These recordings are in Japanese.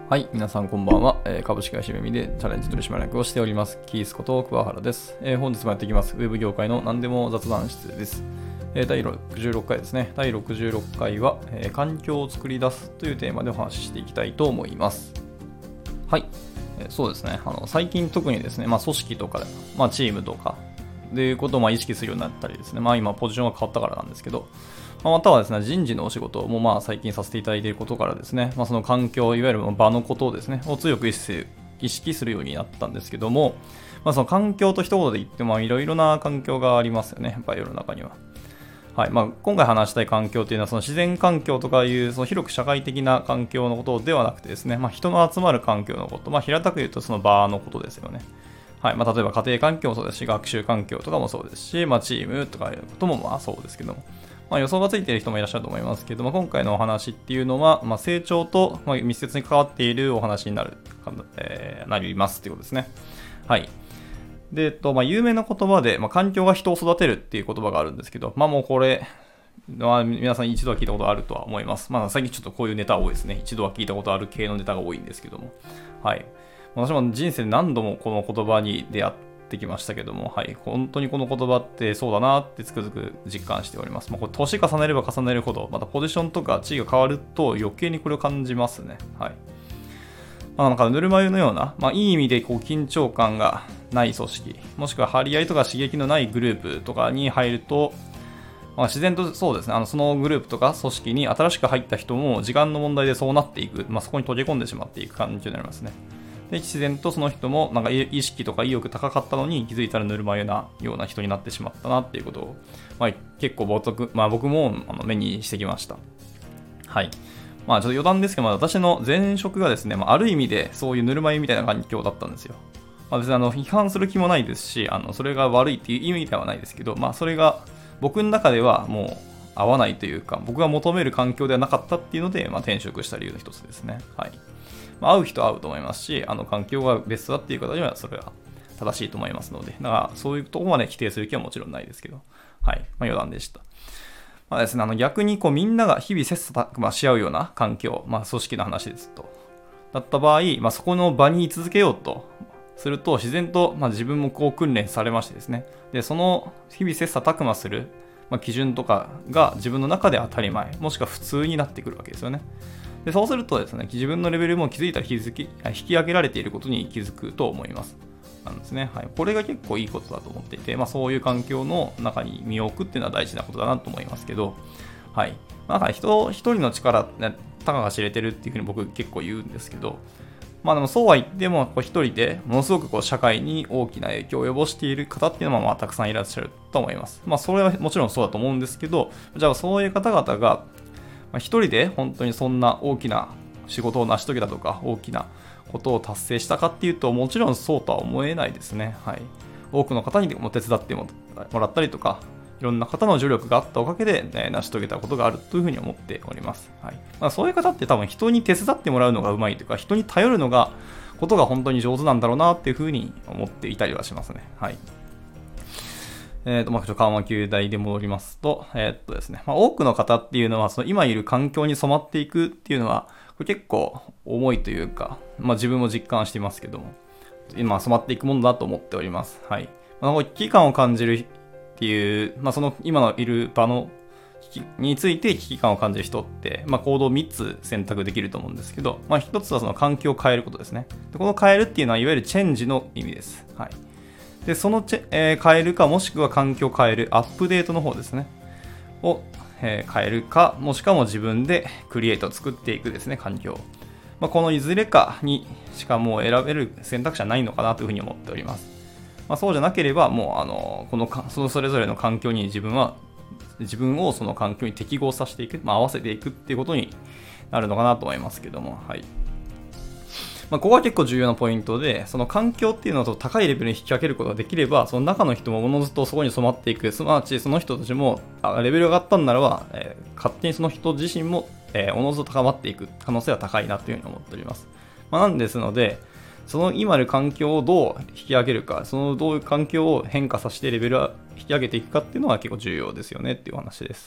はい、皆さんこんばんは。株式会社めみでチャレンジ取締役をしております。キースこと桑原です。本日もやっていきます。ウェブ業界の何でも雑談室です。第66回ですね。第66回は、環境を作り出すというテーマでお話ししていきたいと思います。はい、そうですね。最近特にですね、組織とか、チームとか、ということを意識するようになったりですね。今ポジションが変わったからなんですけど、またはですね、人事のお仕事も最近させていただいていることからですね、その環境、いわゆる場のことをですね、強く意識するようになったんですけども、その環境と一言で言ってもいろいろな環境がありますよね、やっぱり世の中には。はい。今回話したい環境というのは、その自然環境とかいうその広く社会的な環境のことではなくてですね、人の集まる環境のこと、平たく言うとその場のことですよね。はい。例えば家庭環境もそうですし、学習環境とかもそうですし、チームとかいうこともそうですけども、予想がついている人もいらっしゃると思いますけども、今回のお話っていうのは、成長と密接に関わっているお話になりますということですね。はい。で、有名な言葉で、環境が人を育てるっていう言葉があるんですけど、もうこれ、皆さん一度は聞いたことあるとは思います。最近ちょっとこういうネタ多いですね。一度は聞いたことある系のネタが多いんですけども。はい。私も人生で何度もこの言葉に出会ってきましたけども、はい。本当にこの言葉ってそうだなってつくづく実感しております。これ年重ねれば重ねるほど、またポジションとか地位が変わると余計にこれを感じますね。はい。ぬるま湯のような、いい意味で緊張感がない組織、もしくは張り合いとか刺激のないグループとかに入ると、自然とそうですね、そのグループとか組織に新しく入った人も時間の問題でそうなっていく、そこに溶け込んでしまっていく感じになりますね。で、自然とその人も意識とか意欲高かったのに気づいたらぬるま湯なような人になってしまったなっていうことを、結構僕も目にしてきました。はい。ちょっと余談ですけど、私の前職がですね、ある意味でそういうぬるま湯みたいな環境だったんですよ。別に批判する気もないですし、それが悪いっていう意味ではないですけど、それが僕の中ではもう合わないというか、僕が求める環境ではなかったっていうので、転職した理由の一つですね。はい。会う人は会うと思いますし、環境がベストだっていう方にはそれは正しいと思いますので、だからそういうところまで否定する気はもちろんないですけど、はい。余談でした。ですね、逆にみんなが日々切磋琢磨し合うような環境、組織の話ですと。だった場合、そこの場に居続けようとすると、自然と、自分も訓練されましてですね。で、その日々切磋琢磨する、基準とかが自分の中で当たり前、もしくは普通になってくるわけですよね。で、そうするとですね、自分のレベルも気づいたら引き上げられていることに気づくと思います。なんですね。はい。これが結構いいことだと思っていて、そういう環境の中に身を置くっていうのは大事なことだなと思いますけど、はい。一人の力、たかが知れてるっていうふうに僕結構言うんですけど、でもそうは言っても、一人でものすごく社会に大きな影響を及ぼしている方っていうのもたくさんいらっしゃると思います。それはもちろんそうだと思うんですけど、じゃあそういう方々が、一人で本当にそんな大きな仕事を成し遂げたとか、大きなことを達成したかっていうと、もちろんそうとは思えないですね。はい。多くの方にも手伝ってもらったりとか、いろんな方の助力があったおかげで、成し遂げたことがあるというふうに思っております。はい。そういう方って多分人に手伝ってもらうのがうまいというか、人に頼ることが本当に上手なんだろうなっていうふうに思っていたりはしますね。はい。緩和球大で戻りますと、ですね、多くの方っていうのは、その今いる環境に染まっていくっていうのは、これ結構重いというか、自分も実感していますけども、今染まっていくものだと思っております。はい。危機感を感じるっていう、その今のいる場のについて危機感を感じる人って、行動3つ選択できると思うんですけど、1つはその環境を変えることですね。でこの変えるっていうのは、いわゆるチェンジの意味です。はい。で、その変えるか、もしくは環境を変える、アップデートの方ですね。を、変えるか、もしくはもう自分でクリエイトを作っていくですね、環境。このいずれかにしかもう選べる選択肢はないのかなというふうに思っております。そうじゃなければ、もうそれぞれの環境に自分をその環境に適合させていく、合わせていくっていうことになるのかなと思いますけども、はい。ここが結構重要なポイントで、その環境っていうのと高いレベルに引き上げることができれば、その中の人もおのずとそこに染まっていく、すなわちその人たちもレベルが上がったんならば、勝手にその人自身も、おのずと高まっていく可能性は高いなというふうに思っております。なんですので、その今ある環境をどう引き上げるか、そのどういう環境を変化させてレベルを引き上げていくかっていうのが結構重要ですよねっていう話です。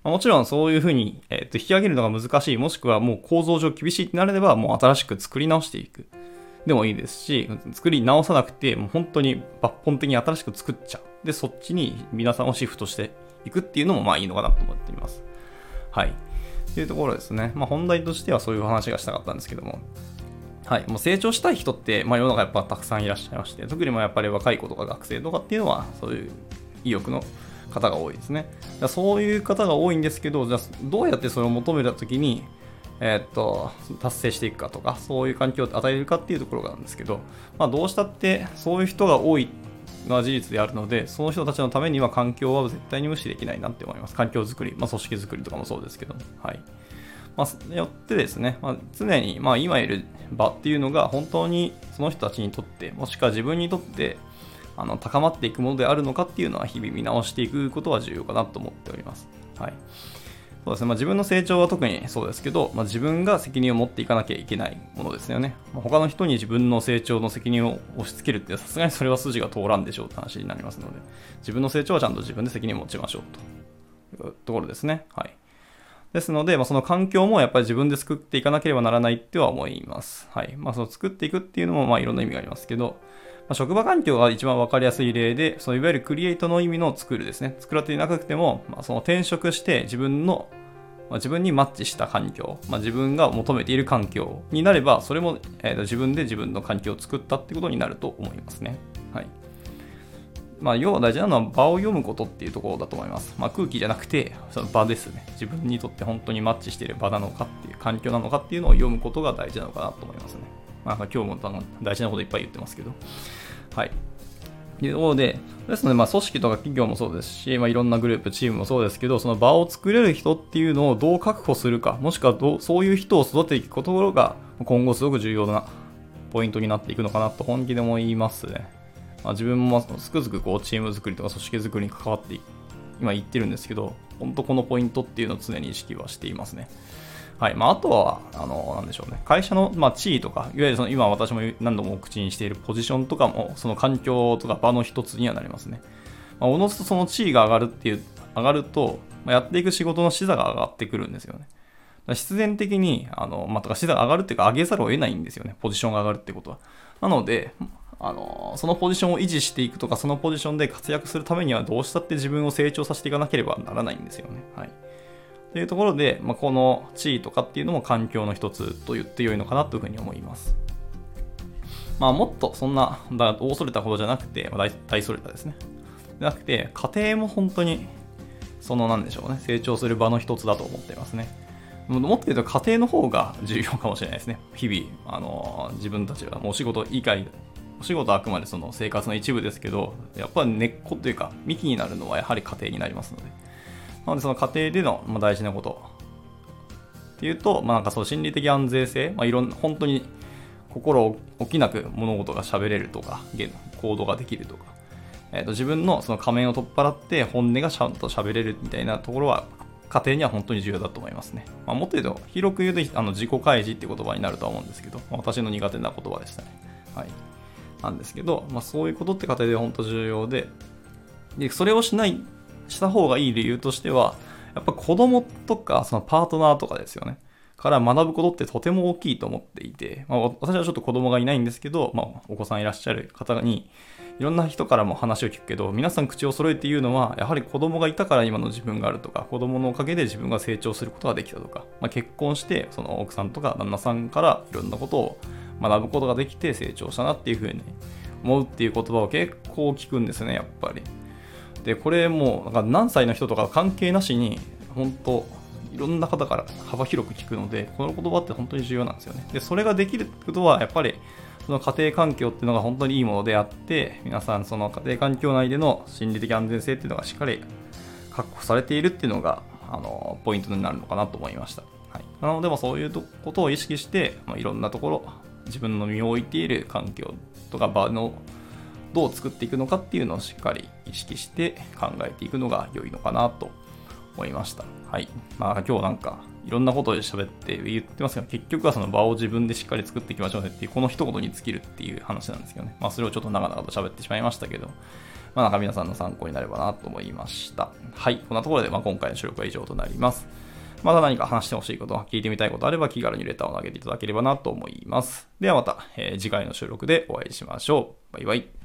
もちろんそういうふうに、引き上げるのが難しい、もしくはもう構造上厳しいってなれば、もう新しく作り直していく。でもいいですし、作り直さなくて、もう本当に抜本的に新しく作っちゃう。で、そっちに皆さんをシフトしていくっていうのもいいのかなと思っています。はい。というところですね。本題としてはそういう話がしたかったんですけども。はい。もう成長したい人って、世の中やっぱたくさんいらっしゃいまして、特にやっぱり若い子とか学生とかっていうのは、そういう意欲の方が多いですね。そういう方が多いんですけど、じゃあどうやってそれを求めたときに、達成していくかとか、そういう環境を与えるかっていうところなんですけど、どうしたってそういう人が多いのは事実であるので、その人たちのためには環境は絶対に無視できないなって思います。環境づくり、組織づくりとかもそうですけど、はい。よってですね、常に、今いる場っていうのが本当にその人たちにとって、もしくは自分にとって高まっていくものであるのかっていうのは日々見直していくことは重要かなと思っております。はい。そうですね。自分の成長は特にそうですけど、自分が責任を持っていかなきゃいけないものですよね。他の人に自分の成長の責任を押し付けるって、さすがにそれは筋が通らんでしょうって話になりますので、自分の成長はちゃんと自分で責任を持ちましょうというところですね。はい。ですので、その環境もやっぱり自分で作っていかなければならないっては思います。はい。その作っていくっていうのもいろんな意味がありますけど、職場環境が一番わかりやすい例で、そのいわゆるクリエイトの意味の作るですね。作られていなくても、その転職して自分にマッチした環境、自分が求めている環境になれば、それも、自分で自分の環境を作ったってことになると思いますね。はい。要は大事なのは場を読むことっていうところだと思います。空気じゃなくて、その場ですね。自分にとって本当にマッチしている場なのかっていう、環境なのかっていうのを読むことが大事なのかなと思いますね。今日も大事なこといっぱい言ってますけど。はい。というところで、ですので、組織とか企業もそうですし、いろんなグループ、チームもそうですけど、その場を作れる人っていうのをどう確保するか、もしくはそういう人を育てていくことが、今後すごく重要なポイントになっていくのかなと本気でも言いますね。自分もつくづくチーム作りとか組織作りに関わって今言ってるんですけど、本当このポイントっていうのを常に意識はしていますね。はい。あとは、なんでしょうね。会社の、地位とか、いわゆる今私も何度も口にしているポジションとかも、その環境とか場の一つにはなりますね。おのずとその地位が上がると、やっていく仕事の視座が上がってくるんですよね。必然的に、とか視座が上がるっていうか、上げざるを得ないんですよね。ポジションが上がるってことは。なので、そのポジションを維持していくとか、そのポジションで活躍するためにはどうしたって自分を成長させていかなければならないんですよね。はい。というところで、この地位とかっていうのも環境の一つと言って良いのかなというふうに思います。もっとそんな大それたほどじゃなくて、大それたですね。じゃなくて、家庭も本当に、なんでしょうね、成長する場の一つだと思っていますね。もっと言うと家庭の方が重要かもしれないですね。日々、自分たちはもうお仕事以外、お仕事はあくまでその生活の一部ですけど、やっぱり根っこというか、幹になるのはやはり家庭になりますので。なのでその家庭での大事なことっていうと、そう心理的安全性、本当に心置きなく物事が喋れるとか、行動ができるとか、自分のその仮面を取っ払って本音がちゃんと喋れるみたいなところは家庭には本当に重要だと思いますね。もっと言うと、広く言うと自己開示っていう言葉になるとは思うんですけど、私の苦手な言葉でしたね。はい。なんですけど、そういうことって家庭で本当重要で、それをした方がいい理由としては、やっぱ子供とかそのパートナーとかですよね。から学ぶことってとても大きいと思っていて、私はちょっと子供がいないんですけど、お子さんいらっしゃる方に、いろんな人からも話を聞くけど、皆さん口を揃えて言うのは、やはり子供がいたから今の自分があるとか、子供のおかげで自分が成長することができたとか、結婚して、その奥さんとか旦那さんからいろんなことを学ぶことができて成長したなっていうふうに思うっていう言葉を結構聞くんですね、やっぱり。で、これもう何歳の人とか関係なしに、本当いろんな方から幅広く聞くので、この言葉って本当に重要なんですよね。で、それができるってことは、やっぱりその家庭環境っていうのが本当にいいものであって、皆さんその家庭環境内での心理的安全性っていうのがしっかり確保されているっていうのが、ポイントになるのかなと思いました。はい。なので、そういうことを意識して、いろんなところ、自分の身を置いている環境とか場のどう作っていくのかっていうのをしっかり意識して考えていくのが良いのかなと思いました。はい。今日いろんなことを喋って言ってますが、結局はその場を自分でしっかり作っていきましょうねっていう、この一言に尽きるっていう話なんですけどね。それをちょっと長々と喋ってしまいましたけど、なんか皆さんの参考になればなと思いました。はい。こんなところで、今回の収録は以上となります。また何か話してほしいこと、聞いてみたいことあれば気軽にレターを投げていただければなと思います。ではまた、次回の収録でお会いしましょう。バイバイ。